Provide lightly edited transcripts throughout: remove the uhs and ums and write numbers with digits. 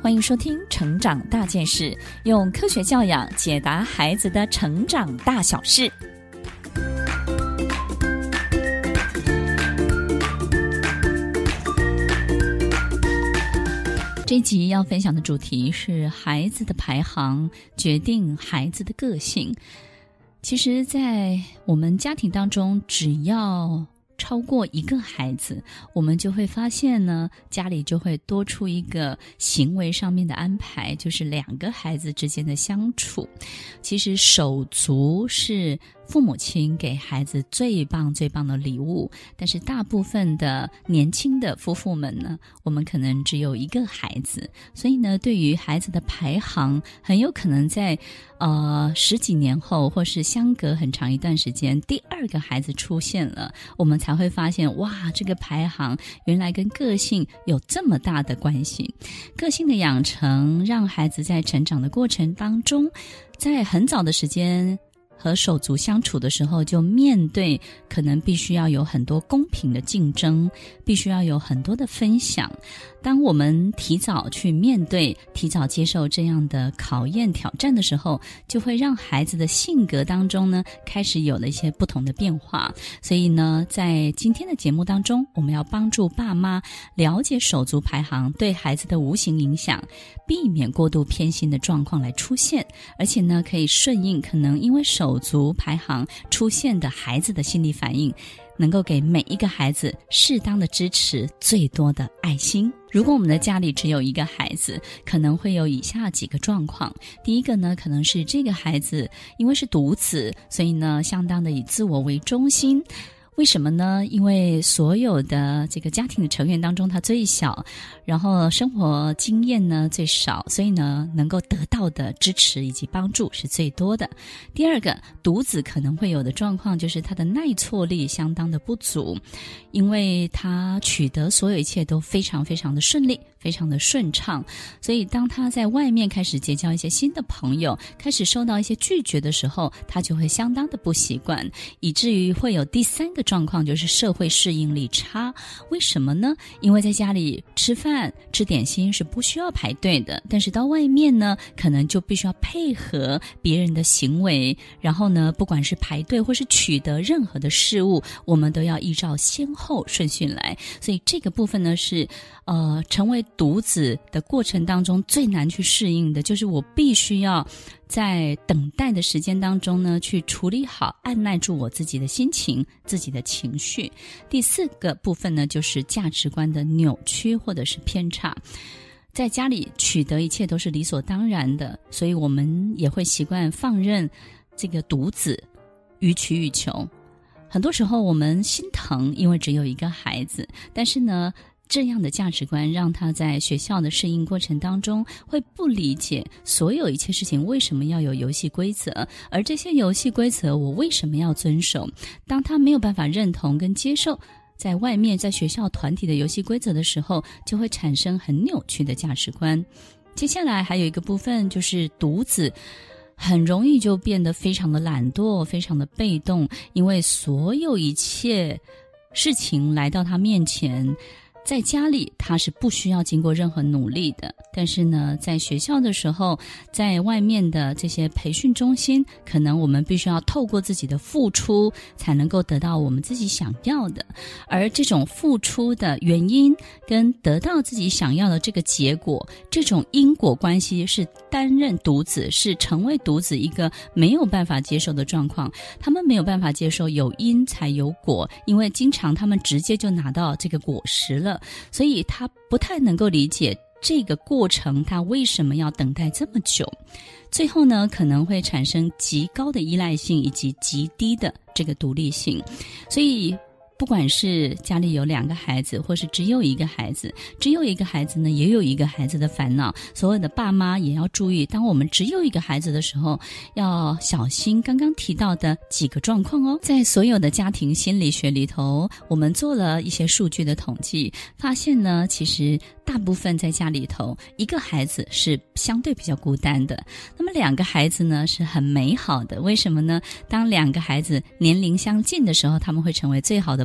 欢迎收听《成长大件事》，用科学教养解答孩子的成长大小事。这一集要分享的主题是孩子的排行决定孩子的个性。其实在我们家庭当中，只要超过一个孩子，我们就会发现呢，家里就会多出一个行为上面的安排，就是两个孩子之间的相处。其实手足是父母亲给孩子最棒的礼物，但是大部分的年轻的夫妇们呢，我们可能只有一个孩子，所以呢，对于孩子的排行，很有可能在十几年后，或是相隔很长一段时间，第二个孩子出现了，我们才会发现，哇，这个排行原来跟个性有这么大的关系。个性的养成，让孩子在成长的过程当中，在很早的时间和手足相处的时候，就面对可能必须要有很多公平的竞争，必须要有很多的分享。当我们提早去面对，提早接受这样的考验挑战的时候，就会让孩子的性格当中呢，开始有了一些不同的变化。所以呢，在今天的节目当中，我们要帮助爸妈了解手足排行对孩子的无形影响，避免过度偏心的状况来出现，而且呢，可以顺应可能因为手足排行出现的孩子的心理反应，能够给每一个孩子适当的支持，最多的爱心。如果我们的家里只有一个孩子，可能会有以下几个状况。第一个呢，可能是这个孩子因为是独子，所以呢，相当的以自我为中心。为什么呢？因为所有的这个家庭的成员当中，他最小，然后生活经验呢最少，所以呢，能够得到的支持以及帮助是最多的。第二个，独子可能会有的状况就是他的耐挫力相当的不足，因为他取得所有一切都非常的顺利，非常的顺畅，所以当他在外面开始结交一些新的朋友，开始受到一些拒绝的时候，他就会相当的不习惯，以至于会有第三个状况，就是社会适应力差。为什么呢？因为在家里吃饭吃点心是不需要排队的，但是到外面呢，可能就必须要配合别人的行为，然后呢，不管是排队或是取得任何的事物，我们都要依照先后顺序来。所以这个部分呢，是成为独子的过程当中最难去适应的，就是我必须要在等待的时间当中呢，去处理好，按耐住我自己的心情，自己的情绪。第四个部分呢，就是价值观的扭曲或者是偏差。在家里取得一切都是理所当然的，所以我们也会习惯放任这个独子予取予求。很多时候我们心疼，因为只有一个孩子，但是呢，这样的价值观让他在学校的适应过程当中会不理解所有一切事情为什么要有游戏规则，而这些游戏规则我为什么要遵守。当他没有办法认同跟接受在外面在学校团体的游戏规则的时候，就会产生很扭曲的价值观。接下来还有一个部分，就是独子很容易就变得非常的懒惰，非常的被动，因为所有一切事情来到他面前，在家里他是不需要经过任何努力的，但是呢，在学校的时候，在外面的这些培训中心，可能我们必须要透过自己的付出才能够得到我们自己想要的，而这种付出的原因跟得到自己想要的这个结果，这种因果关系是担任独子，是成为独子一个没有办法接受的状况。他们没有办法接受有因才有果，因为经常他们直接就拿到这个果实了，所以他不太能够理解这个过程他为什么要等待这么久。最后呢，可能会产生极高的依赖性以及极低的这个独立性。所以不管是家里有两个孩子，或是只有一个孩子，只有一个孩子呢，也有一个孩子的烦恼。所有的爸妈也要注意，当我们只有一个孩子的时候，要小心刚刚提到的几个状况哦。在所有的家庭心理学里头，我们做了一些数据的统计，发现呢，其实大部分在家里头，一个孩子是相对比较孤单的，那么两个孩子呢是很美好的。为什么呢？当两个孩子年龄相近的时候，他们会成为最好的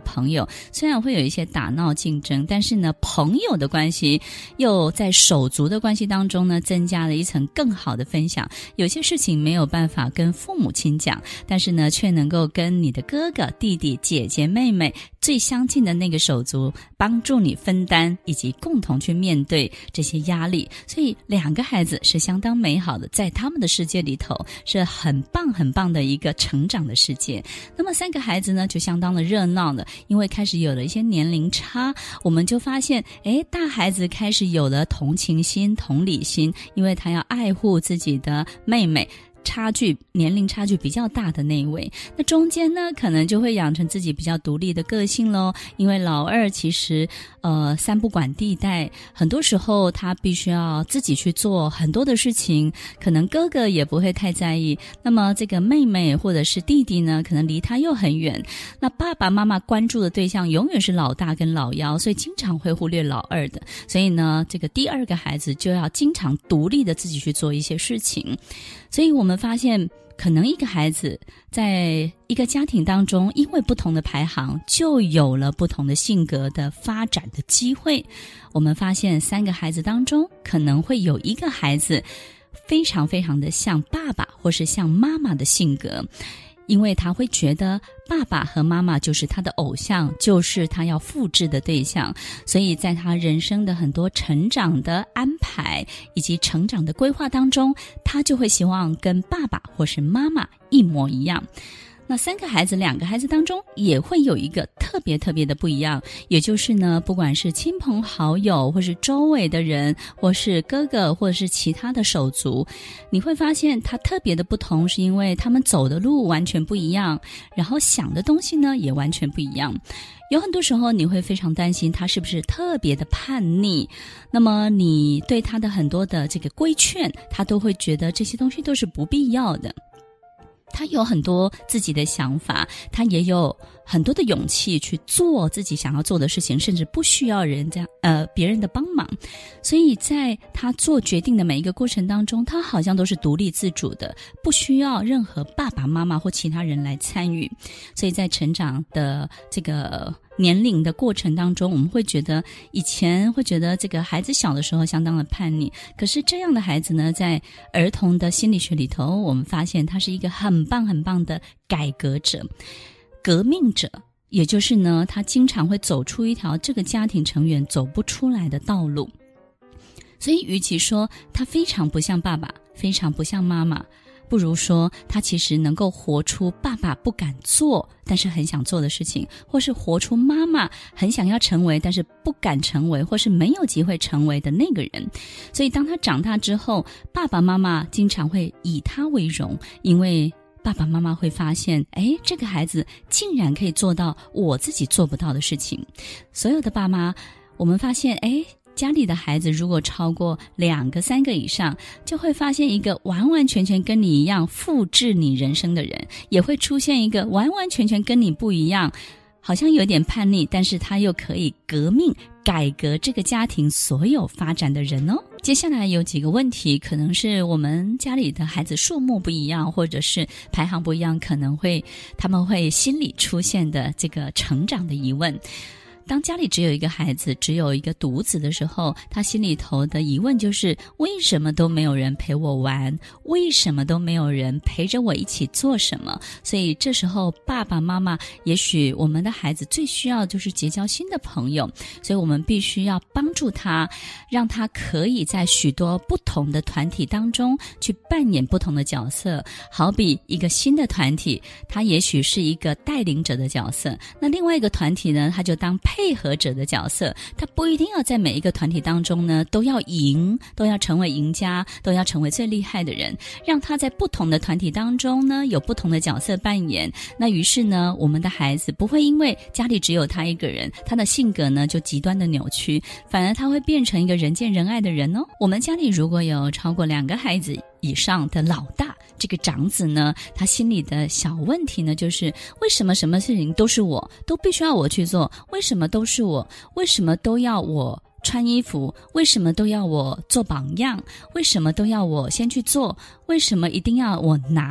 朋友，虽然会有一些打闹竞争，但是呢，朋友的关系又在手足的关系当中呢，增加了一层更好的分享。有些事情没有办法跟父母亲讲，但是呢，却能够跟你的哥哥、弟弟、姐姐、妹妹最相近的那个手足帮助你分担，以及共同去面对这些压力。所以2个孩子是相当美好的，在他们的世界里头是很棒很棒的一个成长的世界。那么3个孩子呢，就相当的热闹了，因为开始有了一些年龄差，我们就发现大孩子开始有了同情心、同理心，因为他要爱护自己的妹妹，年龄差距比较大的那一位。那中间呢，可能就会养成自己比较独立的个性咯，因为老二其实三不管地带，很多时候他必须要自己去做很多的事情，可能哥哥也不会太在意，那么这个妹妹或者是弟弟呢，可能离他又很远，那爸爸妈妈关注的对象永远是老大跟老幺，所以经常会忽略老二的。所以呢，这个第2个孩子就要经常独立的自己去做一些事情。所以我们发现，可能一个孩子在一个家庭当中，因为不同的排行，就有了不同的性格的发展的机会。我们发现3个孩子当中，可能会有一个孩子非常非常的像爸爸或是像妈妈的性格，因为他会觉得爸爸和妈妈就是他的偶像，就是他要复制的对象，所以在他人生的很多成长的安排以及成长的规划当中，他就会希望跟爸爸或是妈妈一模一样。那3个孩子2个孩子当中也会有一个特别的不一样，也就是呢，不管是亲朋好友或是周围的人，或是哥哥或者是其他的手足，你会发现他特别的不同，是因为他们走的路完全不一样，然后想的东西呢也完全不一样。有很多时候你会非常担心他是不是特别的叛逆，那么你对他的很多的这个规劝，他都会觉得这些东西都是不必要的。他有很多自己的想法，他也有很多的勇气去做自己想要做的事情，甚至不需要别人的帮忙。所以在他做决定的每一个过程当中，他好像都是独立自主的，不需要任何爸爸妈妈或其他人来参与。所以在成长的这个年龄的过程当中，我们会觉得以前会觉得这个孩子小的时候相当的叛逆，可是这样的孩子呢，在儿童的心理学里头，我们发现他是一个很棒的改革者、革命者，也就是呢，他经常会走出一条这个家庭成员走不出来的道路。所以与其说他非常不像爸爸，非常不像妈妈，不如说他其实能够活出爸爸不敢做但是很想做的事情，或是活出妈妈很想要成为但是不敢成为或是没有机会成为的那个人。所以当他长大之后，爸爸妈妈经常会以他为荣，因为爸爸妈妈会发现，这个孩子竟然可以做到我自己做不到的事情。所有的爸妈，我们发现家里的孩子如果超过2个3个以上，就会发现一个完完全全跟你一样复制你人生的人，也会出现一个完完全全跟你不一样，好像有点叛逆，但是他又可以革命改革这个家庭所有发展的人哦。接下来有几个问题，可能是我们家里的孩子数目不一样，或者是排行不一样，可能他们会心里出现的这个成长的疑问。当家里只有一个孩子，只有一个独子的时候，他心里头的疑问就是为什么都没有人陪我玩，为什么都没有人陪着我一起做什么。所以这时候爸爸妈妈，也许我们的孩子最需要就是结交新的朋友，所以我们必须要帮助他，让他可以在许多不同的团体当中去扮演不同的角色。好比一个新的团体，他也许是一个带领者的角色，那另外一个团体呢，他就当配合者的角色，他不一定要在每一个团体当中呢都要赢，都要成为赢家，都要成为最厉害的人，让他在不同的团体当中呢有不同的角色扮演。那于是呢，我们的孩子不会因为家里只有他一个人，他的性格呢就极端的扭曲，反而他会变成一个人见人爱的人哦。我们家里如果有超过2个孩子以上的老大，这个长子呢，他心里的小问题呢，就是为什么什么事情都是我，都必须要我去做？为什么都是我？为什么都要我穿衣服？为什么都要我做榜样？为什么都要我先去做？为什么一定要我拿？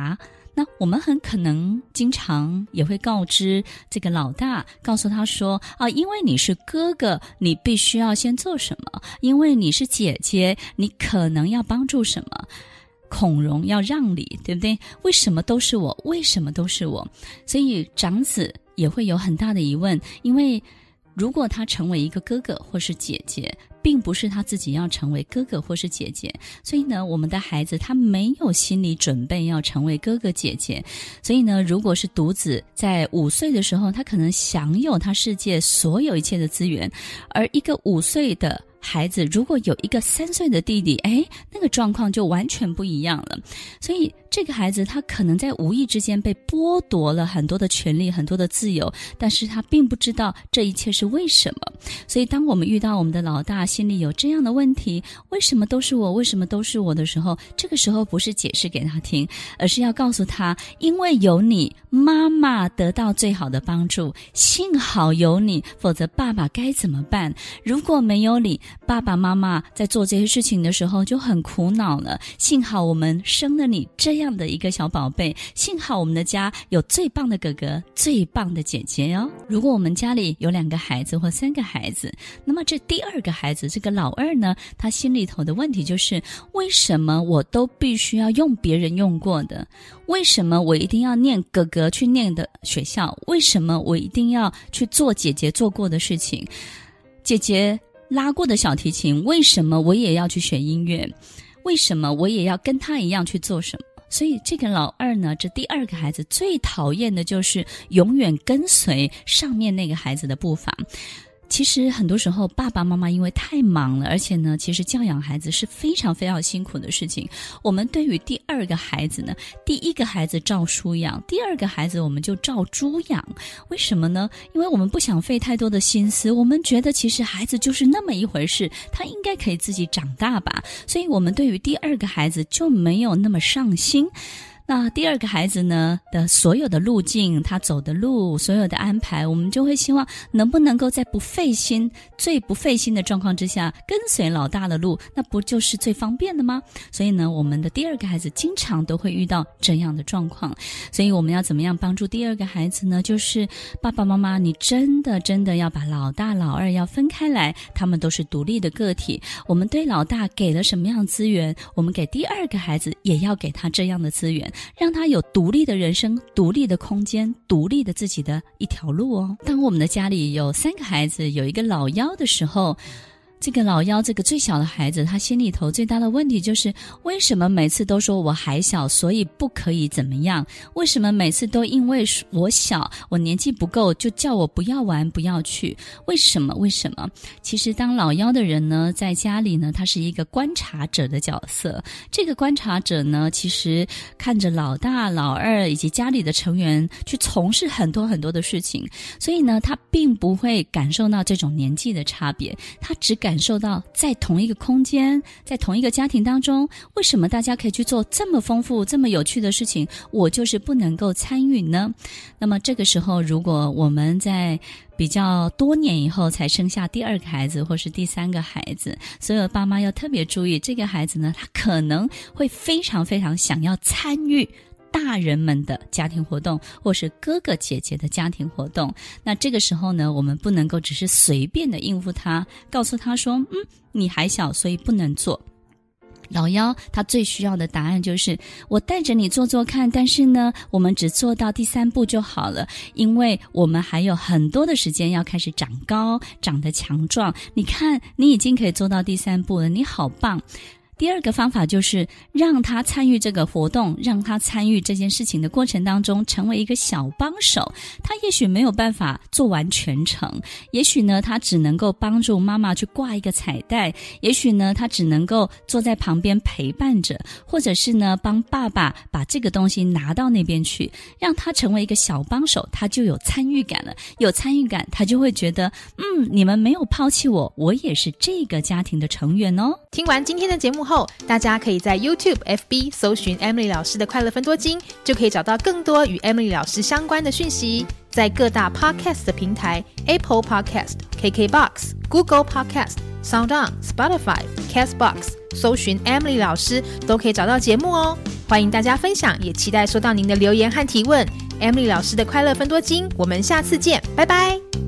那我们很可能经常也会告知这个老大，告诉他说因为你是哥哥，你必须要先做什么，因为你是姐姐，你可能要帮助什么，孔融要让梨，对不对？为什么都是我？为什么都是我？所以长子也会有很大的疑问，因为如果他成为一个哥哥或是姐姐，并不是他自己要成为哥哥或是姐姐，所以呢，我们的孩子他没有心理准备要成为哥哥姐姐，所以呢，如果是独子，在5岁的时候，他可能享有他世界所有一切的资源，而一个5岁的孩子如果有一个3岁的弟弟，那个状况就完全不一样了。所以这个孩子他可能在无意之间被剥夺了很多的权利，很多的自由，但是他并不知道这一切是为什么。所以当我们遇到我们的老大心里有这样的问题，为什么都是我，为什么都是我的时候，这个时候不是解释给他听，而是要告诉他，因为有你，妈妈得到最好的帮助，幸好有你，否则爸爸该怎么办？如果没有你，爸爸妈妈在做这些事情的时候就很苦恼了，幸好我们生了你这样的一个小宝贝，幸好我们的家有最棒的哥哥，最棒的姐姐哦。如果我们家里有2个孩子或3个孩子，那么这第2个孩子，这个老二呢，他心里头的问题就是，为什么我都必须要用别人用过的？为什么我一定要念哥哥去念的学校？为什么我一定要去做姐姐做过的事情？姐姐拉过的小提琴，为什么我也要去学音乐？为什么我也要跟他一样去做什么？所以这个老二呢，这第2个孩子最讨厌的就是永远跟随上面那个孩子的步伐。其实很多时候爸爸妈妈因为太忙了，而且呢，其实教养孩子是非常非常辛苦的事情。我们对于第2个孩子呢，第1个孩子照书养，第2个孩子我们就照猪养。为什么呢？因为我们不想费太多的心思，我们觉得其实孩子就是那么一回事，他应该可以自己长大吧，所以我们对于第2个孩子就没有那么上心。那第2个孩子呢的所有的路径，他走的路，所有的安排，我们就会希望能不能够在不费心、最不费心的状况之下跟随老大的路，那不就是最方便的吗？所以呢，我们的第2个孩子经常都会遇到这样的状况。所以我们要怎么样帮助第2个孩子呢？就是爸爸妈妈，你真的要把老大老二要分开来，他们都是独立的个体。我们对老大给了什么样的资源，我们给第2个孩子也要给他这样的资源，让他有独立的人生，独立的空间，独立的自己的一条路哦。当我们的家里有3个孩子，有一个老幺的时候，这个老幺，这个最小的孩子，他心里头最大的问题就是，为什么每次都说我还小，所以不可以怎么样？为什么每次都因为我小，我年纪不够，就叫我不要玩，不要去？为什么？其实当老幺的人呢，在家里呢，他是一个观察者的角色。这个观察者呢，其实看着老大、老二以及家里的成员去从事很多很多的事情，所以呢，他并不会感受到这种年纪的差别，他只感受到在同一个空间，在同一个家庭当中，为什么大家可以去做这么丰富这么有趣的事情，我就是不能够参与呢？那么这个时候，如果我们在比较多年以后才生下第2个孩子或是第3个孩子，所有爸妈要特别注意，这个孩子呢，他可能会非常非常想要参与大人们的家庭活动，或是哥哥姐姐的家庭活动。那这个时候呢，我们不能够只是随便的应付他，告诉他说你还小，所以不能做。老幺他最需要的答案就是，我带着你做做看，但是呢，我们只做到第3步就好了，因为我们还有很多的时间要开始长高，长得强壮。你看，你已经可以做到第3步了，你好棒。第2个方法就是让他参与这个活动，让他参与这件事情的过程当中成为一个小帮手。他也许没有办法做完全程，也许呢他只能够帮助妈妈去挂一个彩带，也许呢他只能够坐在旁边陪伴着，或者是呢帮爸爸把这个东西拿到那边去，让他成为一个小帮手，他就有参与感了。有参与感，他就会觉得你们没有抛弃我，我也是这个家庭的成员哦。 听完今天的节目后，大家可以在 YouTube、FB 搜寻 Emily 老师的快乐分多金，就可以找到更多与 Emily 老师相关的讯息。 在各大 Podcast 的平台 Apple Podcast、KKBox、Google Podcast、SoundOn、Spotify、Castbox 搜寻 Emily 老师都可以找到节目哦。欢迎大家分享，也期待收到您的留言和提问。Emily 老师的快乐分多金，我们下次见，拜拜。